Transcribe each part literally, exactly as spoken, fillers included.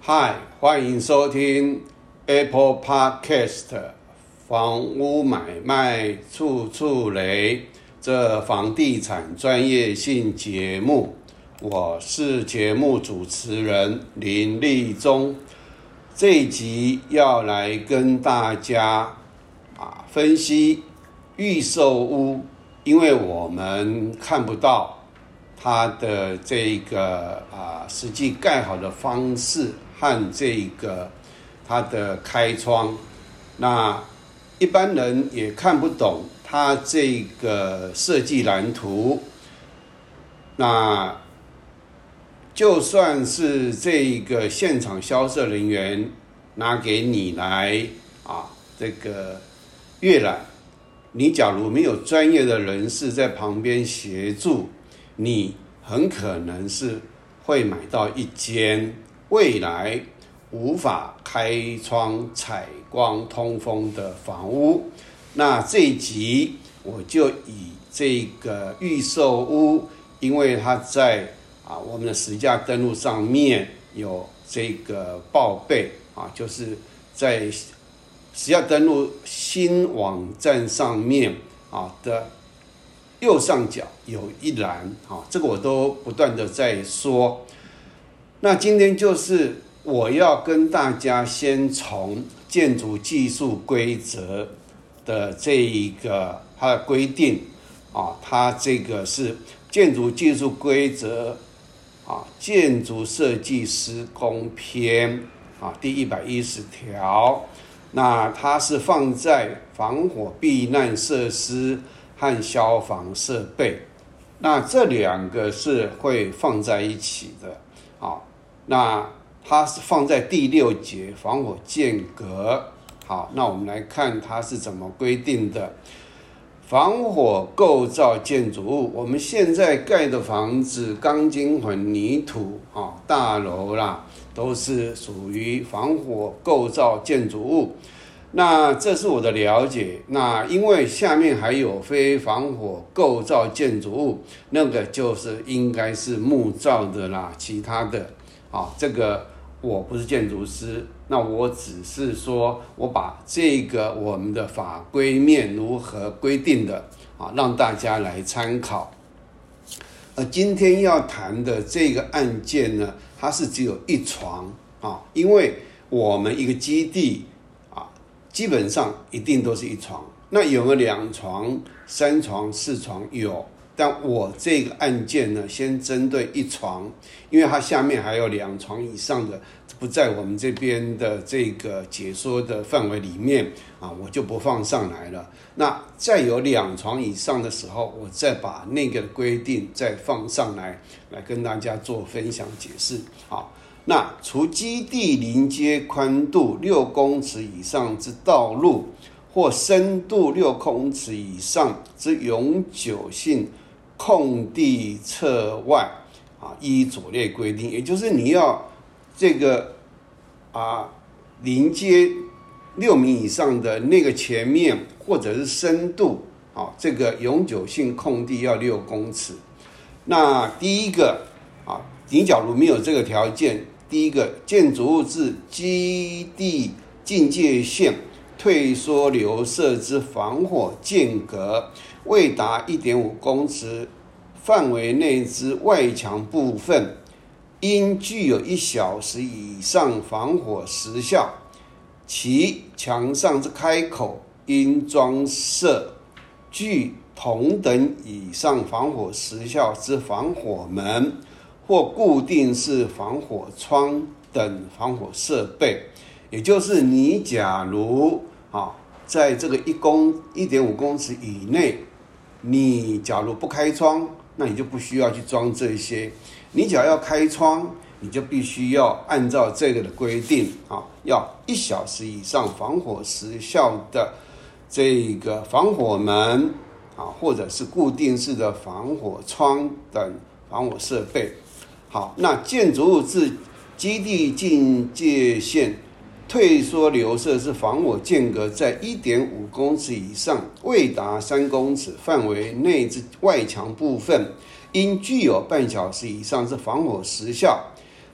嗨，欢迎收听 Apple Podcast 房屋买卖处处雷这房地产专业性节目，我是节目主持人林立忠。这一集要来跟大家啊分析预售屋，因为我们看不到它的这个啊实际盖好的方式和这个它的开窗，那一般人也看不懂它这个设计蓝图。那就算是这个现场销售人员拿给你来啊这个阅览，你假如没有专业的人士在旁边协助，你很可能是会买到一间未来无法开窗采光通风的房屋。那这一集我就以这个预售屋，因为它在啊我们的实价登录上面有这个报备啊，就是在实价登录新网站上面啊的右上角有一栏，啊，这个我都不断的在说。那今天就是我要跟大家先从建筑技术规则的这一个它的规定啊，它这个是建筑技术规则啊，建筑设计施工篇啊第一百一十条。那它是放在防火避难设施和消防设备，那这两个是会放在一起的啊。那它是放在第六节防火间隔。好，那我们来看它是怎么规定的。防火构造建筑物，我们现在盖的房子，钢筋混凝土啊，大楼啦，都是属于防火构造建筑物。那这是我的了解。那因为下面还有非防火构造建筑物，那个就是应该是木造的啦，其他的啊，这个我不是建筑师，那我只是说我把这个我们的法规面如何规定的啊，让大家来参考。而今天要谈的这个案件呢，它是只有一床啊，因为我们一个基地啊，基本上一定都是一床。那有没有两床、三床、四床？有。但我这个案件呢，先针对一床，因为它下面还有两床以上的，不在我们这边的这个解说的范围里面啊，我就不放上来了。那再有两床以上的时候，我再把那个规定再放上来，来跟大家做分享解释。好，那除基地临街宽度六公尺以上之道路，或深度六公尺以上之永久性空地侧外啊，依左列规定，也就是你要这个啊临街六米以上的那个前面，或者是深度啊，这个永久性空地要六公尺。那第一个啊，你假如没有这个条件，第一个建筑物至基地境界线退缩流射之防火间隔未达 一点五公尺范围内之外墙部分，应具有一小时以上防火时效，其墙上之开口应装设具同等以上防火时效之防火门或固定式防火窗等防火设备。也就是你假如啊，在这个一公一点五公尺以内，你假如不开窗，那你就不需要去装这些。你只要要开窗，你就必须要按照这个的规定啊，要一小时以上防火时效的这个防火门啊，或者是固定式的防火窗等防火设备。好，那建筑物至基地境界线退缩流射是防火间隔在 一点五公尺以上未达三公尺范围内之外墙部分，应具有半小时以上之防火时效，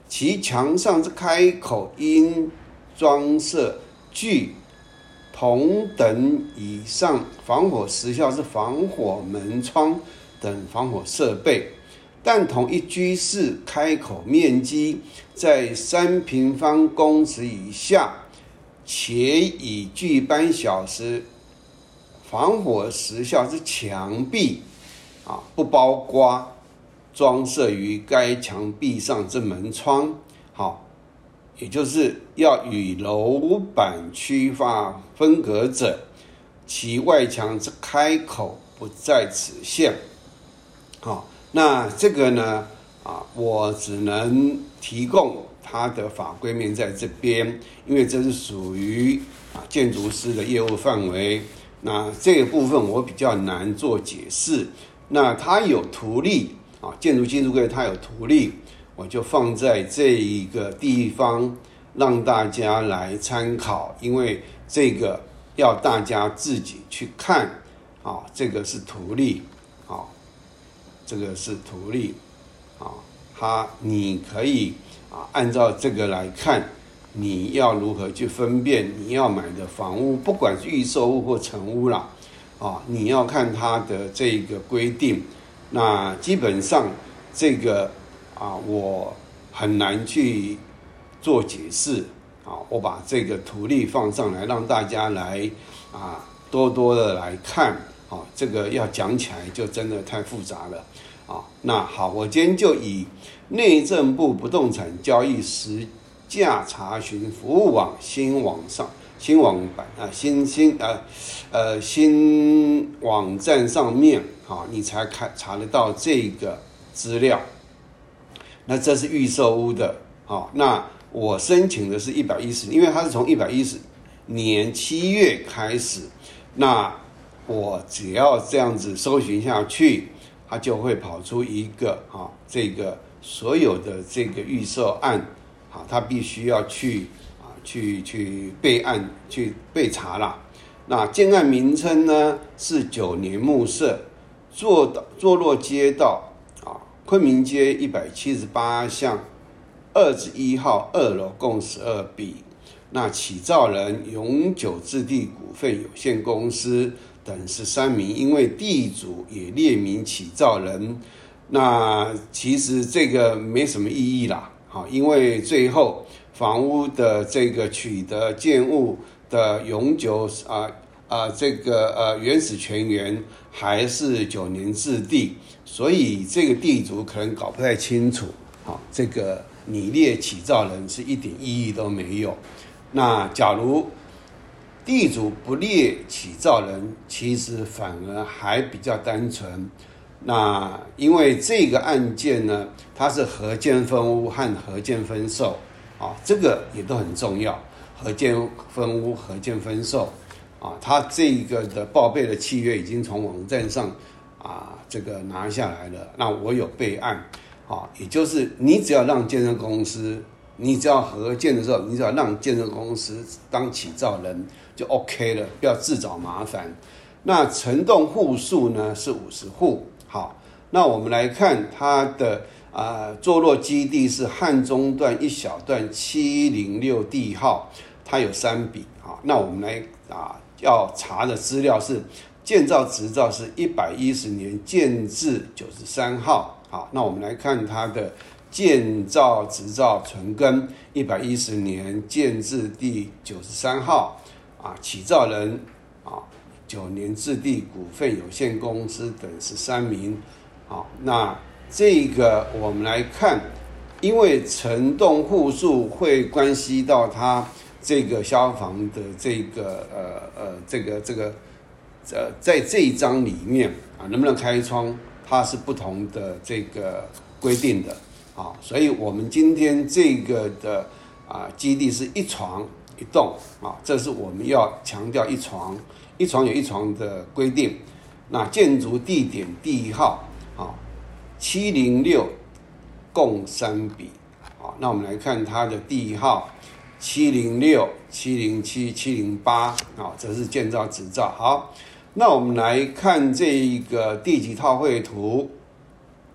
其墙上之开口应装设具同等以上防火时效之防火门窗等防火设备，但同一居室开口面积在三平方公尺以下，且已具般小时防火时效之墙壁啊，不包括装设于该墙壁上之门窗，好，也就是要与楼板区划分隔者，其外墙之开口不在此限。好，那这个呢，啊，我只能提供它的法规面在这边，因为这是属于啊建筑师的业务范围。那这个部分我比较难做解释。那它有图例啊，建筑技术柜它有图例，我就放在这一个地方让大家来参考，因为这个要大家自己去看啊，这个是图例啊，这个是图例啊，它你可以啊按照这个来看，你要如何去分辨你要买的房屋，不管是预售屋或成屋啦，啊，你要看它的这个规定。那基本上这个啊，我很难去做解释啊，我把这个图例放上来，让大家来啊多多的来看啊，这个要讲起来就真的太复杂了啊。那好，我今天就以内政部不动产交易实价查询服务网新网上新网版啊新新呃呃新网站上面啊，你才看查得到这个资料。那这是预售屋的，好，那我申请的是一百一十，因为它是从一百一十年七月开始，那我只要这样子搜寻下去，它就会跑出一个啊，这个所有的这个预售案，好，它必须要去啊去去备案去备查啦。那建案名称呢是九年木舍，坐坐落街道啊，昆明街一百七十八巷二之一号二楼共十二笔。那起造人永久置地股份有限公司等十三名，因为地主也列明起造人。那其实这个没什么意义啦，好，因为最后房屋的这个取得建物的永久啊啊这个呃原始权源还是九年置地，所以这个地主可能搞不太清楚，好，这个你列起造人是一点意义都没有。那假如地主不列起造人，其实反而还比较单纯。那因为这个案件呢，它是合建分屋和合建分售啊，这个也都很重要。合建分屋、合建分售啊，它这个的报备的契约已经从网站上啊这个拿下来了。那我有备案啊，也就是你只要让建设公司，你只要合建的时候，你只要让建设公司当起造人就 OK 了，不要自找麻烦。那承栋户数呢是五十户。好，那我们来看它的啊、呃、坐落基地是汉中段一小段七零六地号，它有三笔啊。那我们来啊要查的资料是建造执照是一百一十年建制九十三号。好，那我们来看它的建造执照存根一百一十年建制第九十三号啊，起造人啊九年置地股份有限公司等十三名。好，那这个我们来看，因为承栋户数会关系到它这个消防的这个呃呃这个这个呃在这一章里面啊能不能开窗，它是不同的这个规定的啊，所以我们今天这个的啊基地是一床一栋啊，这是我们要强调一床。一床有一床的规定，那建筑地点地号啊，七零六共三笔啊。那我们来看它的地号七零六、七零七、七零八啊，这是建造执照。好，那我们来看这个地籍套绘图。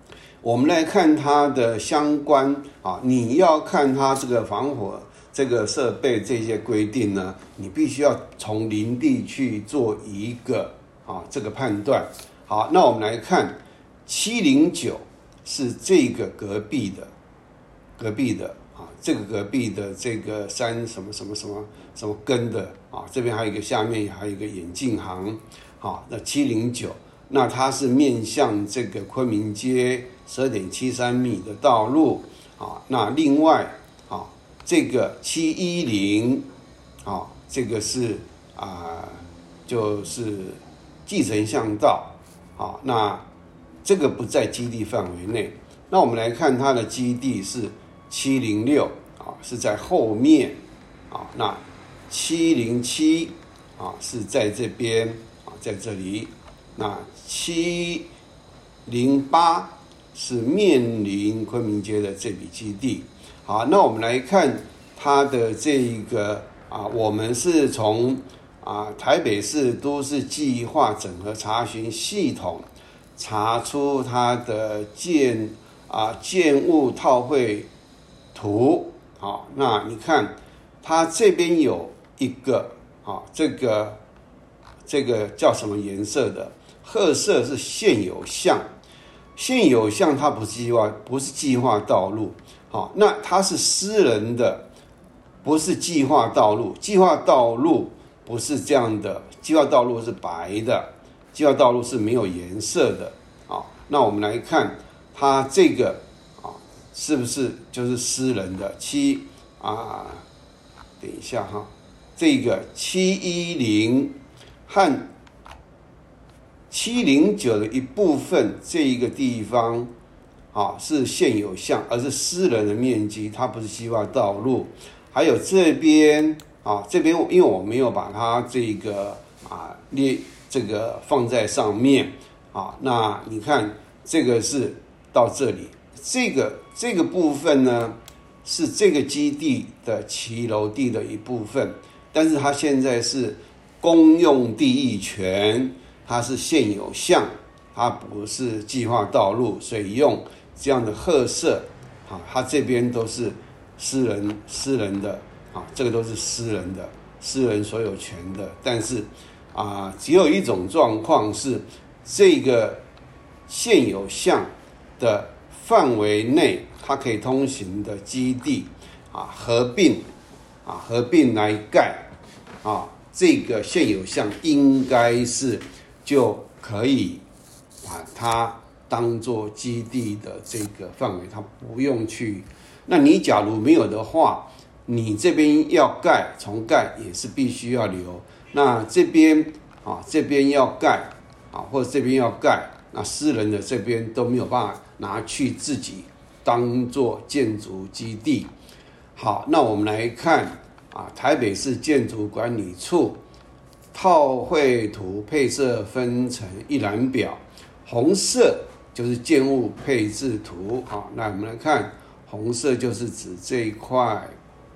我们来看它的相关啊，你要看它这个防火这个设备这些规定呢，你必须要从林地去做一个啊这个判断。好，那我们来看七零九是这个隔壁的，隔壁的啊，这个隔壁的这个山什么什么什么什么根的啊，这边还有一个下面还有一个眼镜行，好，那七零九。那它是面向这个昆明街 十二点七三 米的道路啊。那另外啊，这个七一零啊，这个是啊，就是继承巷道啊。那这个不在基地范围内。那我们来看它的基地是七零六啊，是在后面啊。那七零七啊是在这边啊，在这里。那七零八是面临昆明街的这笔基地。好，那我们来看它的这一个啊，我们是从啊台北市都市计划整合查询系统查出它的建啊建物套绘图。好，那你看它这边有一个啊，这个这个叫什么颜色的？褐色是现有巷，现有巷它不是计划，不是计划道路，好，那它是私人的，不是计划道路。计划道路不是这样的，计划道路是白的，计划道路是没有颜色的。好，那我们来看它这个啊，是不是就是私人的？七啊，等一下哈，这个七一零和七零九的一部分，这一个地方啊是现有巷，而是私人的面积，它不是计划道路。还有这边啊，这边因为我没有把它这个啊列这个放在上面啊，那你看这个是到这里，这个这个部分呢是这个基地的骑楼地的一部分，但是它现在是公用地役权。它是现有巷，它不是计划道路，所以用这样的褐色啊，它这边都是私人私人的啊，这个都是私人的，私人所有权的。但是啊，只有一种状况是这个现有巷的范围内，它可以通行的基地啊，合并啊合并来盖啊，这个现有巷应该是。就可以把它当作基地的这个范围，它不用去。那你假如没有的话，你这边要盖重盖也是必须要留。那这边啊，这边要盖啊，或者这边要盖，那私人的这边都没有办法拿去自己当作建筑基地。好，那我们来看啊，台北市建筑管理处。套绘图配色分成一览表，红色就是建物配置图。好，那我们来看，红色就是指这一块。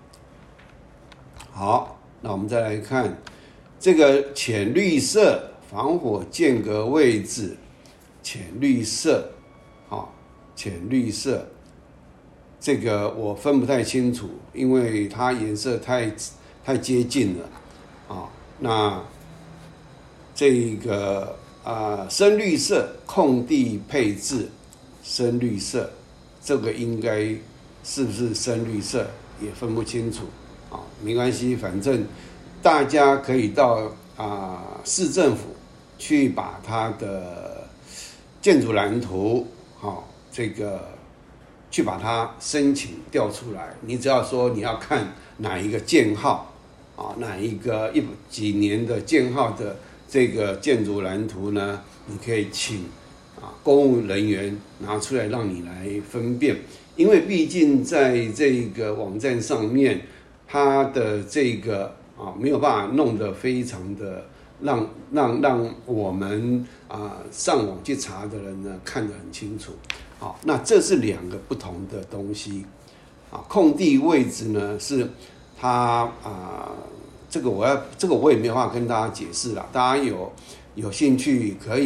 好，那我们再来看这个浅绿色防火间隔位置，浅绿色，好，浅绿色，这个我分不太清楚，因为它颜色太太接近了，啊。那这个啊、呃，深绿色空地配置，深绿色，这个应该是不是深绿色也分不清楚啊，没关系，反正大家可以到啊、呃、市政府去把它的建筑蓝图，好、哦，这个去把它申请调出来。你只要说你要看哪一个建号。啊，哪一个一几年的建号的这个建筑蓝图呢？你可以请啊公务人员拿出来让你来分辨，因为毕竟在这个网站上面，它的这个啊没有办法弄得非常的让让让我们啊上网去查的人呢看得很清楚。好，那这是两个不同的东西啊，空地位置呢是。它啊、呃，这个我要，这个我也没有办法跟大家解释了。大家有有兴趣可以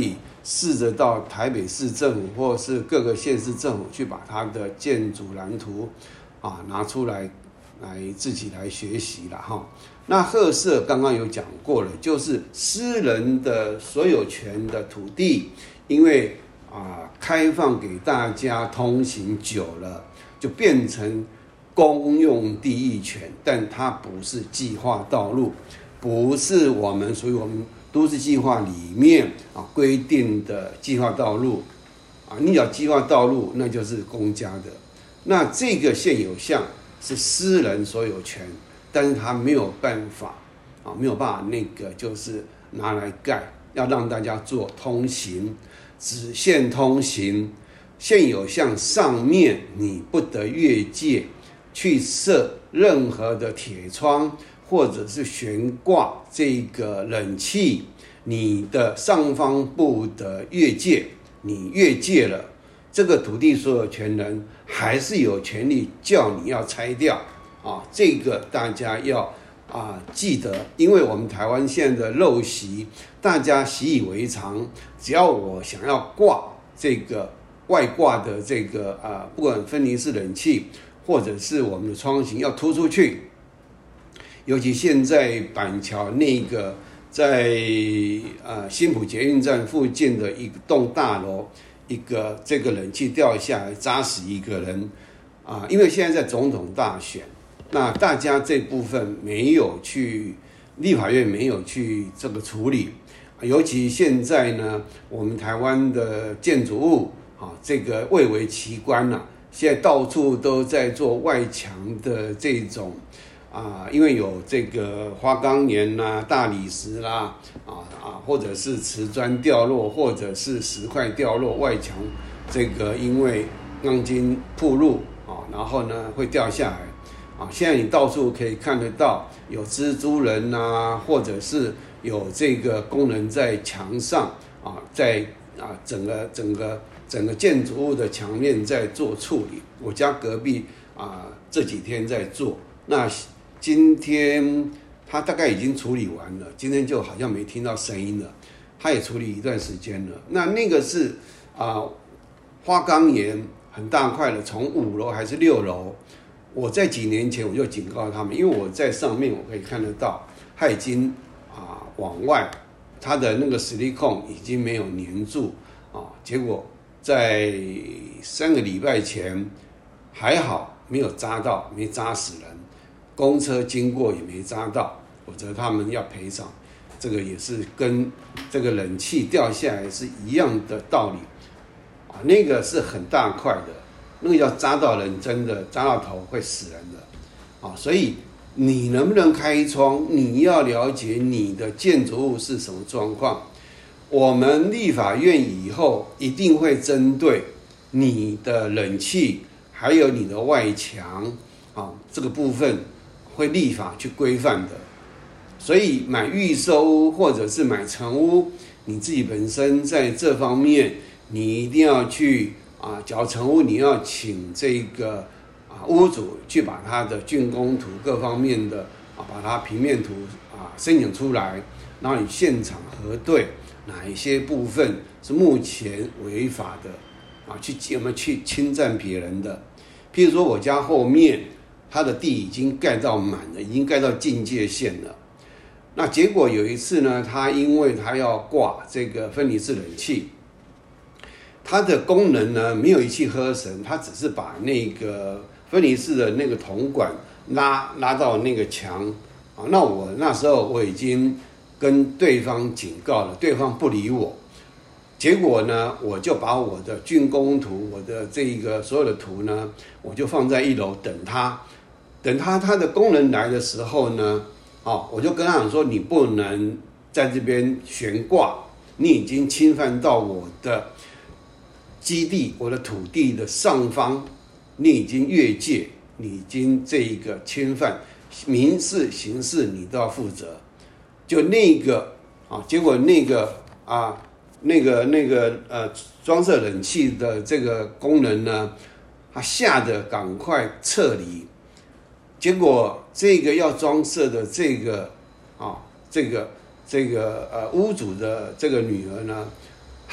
试着到台北市政府或是各个县市政府去把它的建筑蓝图啊拿出来，来自己来学习了哈。那褐色刚刚有讲过了，就是私人的所有权的土地，因为啊开放给大家通行久了，就变成公用地役权，但它不是计划道路，不是我们属于我们都市计划里面啊规定的计划道路啊，你有计划道路那就是公家的，那这个现有项是私人所有权，但是他没有办法啊，没有办法那个就是拿来盖，要让大家做通行，只限通行，现有项上面你不得越界去设任何的铁窗，或者是悬挂这个冷气，你的上方不得越界，你越界了，这个土地所有权人还是有权利叫你要拆掉啊，这个大家要啊记得，因为我们台湾现在的陋习，大家习以为常，只要我想要挂这个外挂的这个啊，不管分离式冷气，或者是我们的窗型要突出去，尤其现在板桥那个在呃新埔捷运站附近的一栋大楼，一个这个冷气掉下来砸死一个人啊！因为现在在总统大选，那大家这部分没有去，立法院没有去这个处理，尤其现在呢，我们台湾的建筑物啊，这个蔚为奇观啊，现在到处都在做外墙的这种。啊，因为有这个花岗岩啦、大理石啦，啊啊，或者是瓷砖掉落，或者是石块掉落，外墙这个因为钢筋暴露啊，然后呢会掉下来啊。现在你到处可以看得到有蜘蛛人啊，或者是有这个工人在墙上啊，在啊整个整个整个建筑物的墙面在做处理。我家隔壁啊这几天在做那。今天他大概已经处理完了，今天就好像没听到声音了。他也处理一段时间了。那那个是啊、呃，花岗岩很大块的，从五楼还是六楼？我在几年前我就警告他们，因为我在上面我可以看得到，他已经啊、呃、往外，他的那个实力控已经没有粘住啊。结果在三个礼拜前还好没有扎到，没扎死人。公车经过也没扎到，否则他们要赔偿，这个也是跟这个冷气掉下来是一样的道理啊。那个是很大块的，那个要扎到人，真的扎到头会死人的啊。所以你能不能开窗，你要了解你的建筑物是什么状况。我们立法院以后一定会针对你的冷气，还有你的外墙啊这个部分。会立法去规范的，所以买预售屋或者是买成屋，你自己本身在这方面，你一定要去啊，缴成屋你要请这个啊屋主去把他的竣工图各方面的啊，把它平面图啊申请出来，然后你现场核对哪一些部分是目前违法的啊，去有没有去侵占别人的，譬如说我家后面。他的地已经盖到满了，已经盖到境界线了。那结果有一次呢，他因为他要挂这个分离式冷气，它的功能呢没有一气呵成，他只是把那个分离式的那个铜管拉拉到那个墙啊。那我那时候我已经跟对方警告了，对方不理我。结果呢，我就把我的竣工图，我的这个所有的图呢，我就放在一楼等他。等他他的工人来的时候呢，哦，我就跟他讲说，你不能在这边悬挂，你已经侵犯到我的基地、我的土地的上方，你已经越界，你已经这一个侵犯，民事、刑事你都要负责。就那个啊，结果那个啊，那个那个呃，装设冷气的这个工人呢，他吓得赶快撤离。结果这个要装设的这个啊，这个这个呃屋主的这个女儿呢，她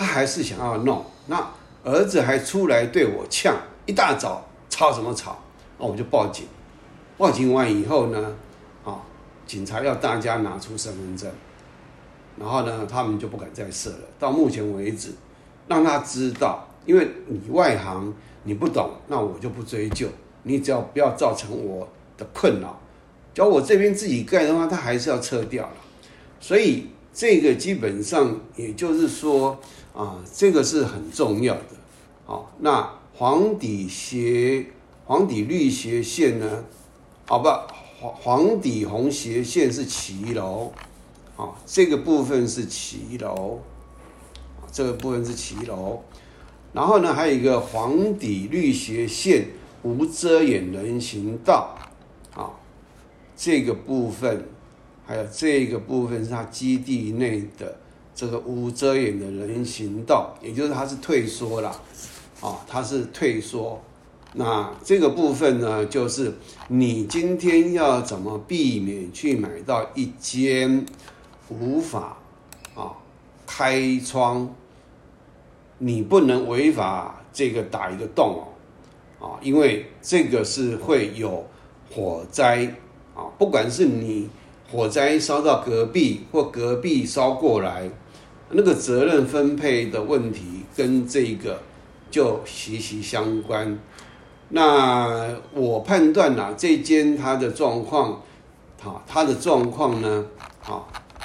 他还是想要弄。那儿子还出来对我呛，一大早吵什么吵？那我就报警。报警完以后呢，啊，警察要大家拿出身份证，然后呢，他们就不敢再设了。到目前为止，让他知道，因为你外行，你不懂，那我就不追究。你只要不要造成我的困扰。只要我这边自己盖的话，他还是要撤掉了。所以这个基本上也就是说啊，这个是很重要的。好，那黄底斜黄底绿斜线呢？好吧，黄黄底红斜线是骑楼，啊，这个部分是骑楼，这个部分是骑楼。然后呢，还有一个黄底绿斜线无遮掩人行道，啊，这个部分，还有这个部分是它基地内的这个无遮掩的人行道，也就是它是退缩啦，啊，它是退缩。那这个部分呢，就是你今天要怎么避免去买到一间无法啊开窗，你不能违法这个打一个洞哦，啊，因为这个是会有火灾啊，不管是你火灾烧到隔壁或隔壁烧过来，那个责任分配的问题跟这个就息息相关。那我判断啦、啊，这间它的状况，好，它的状况呢，好，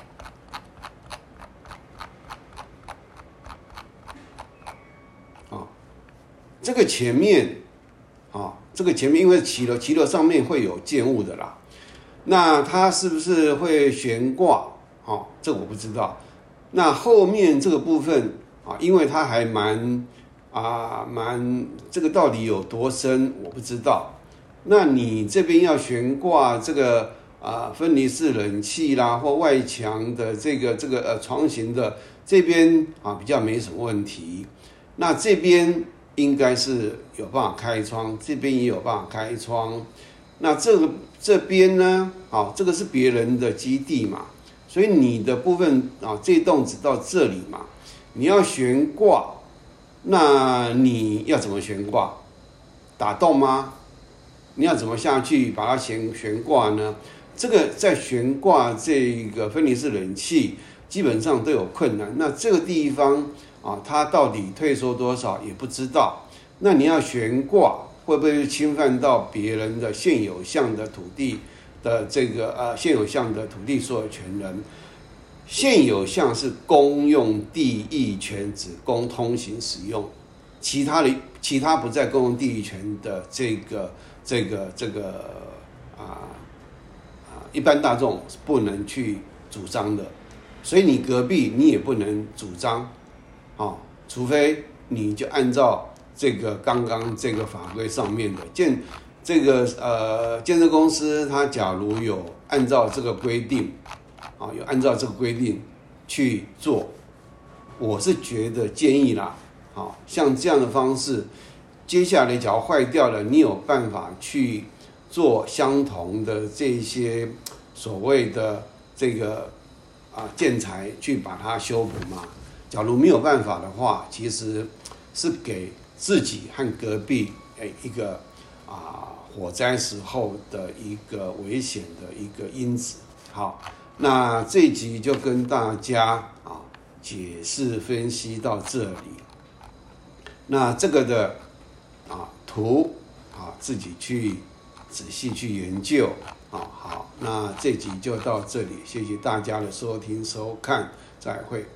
啊，这个前面，啊，这个前面因为骑楼，骑楼上面会有建物的啦，那它是不是会悬挂？哦，这个我不知道。那后面这个部分啊，因为它还蛮。啊，蛮这个到底有多深，我不知道。那你这边要悬挂这个啊分离式冷气啦，或外墙的这个这个呃床型的这边啊比较没什么问题。那这边应该是有办法开窗，这边也有办法开窗。那这个这边呢，啊这个是别人的基地嘛，所以你的部分啊这栋只到这里嘛，你要悬挂。那你要怎么悬挂？打洞吗？你要怎么下去把它悬悬挂呢？这个在悬挂这个分离式冷气，基本上都有困难。那这个地方啊，它到底退缩多少也不知道。那你要悬挂，会不会侵犯到别人的现有项的土地的这个呃现有项的土地所有权人？现有项是公用地役权，只供通行使用，其他的其他不在公用地役权的这个这个这个啊啊，一般大众是不能去主张的，所以你隔壁你也不能主张，哦，除非你就按照这个刚刚这个法规上面的建这个呃建设公司，它假如有按照这个规定。啊，有按照这个规定去做，我是觉得建议啦，好，像这样的方式，接下来假如坏掉了，你有办法去做相同的这些所谓的这个啊建材去把它修补吗？假如没有办法的话，其实是给自己和隔壁诶一个啊火灾时候的一个危险的一个因子。好。那这一集就跟大家啊解释分析到这里。那这个的啊图啊自己去仔细去研究啊。好，那这集就到这里，谢谢大家的收听收看，再会。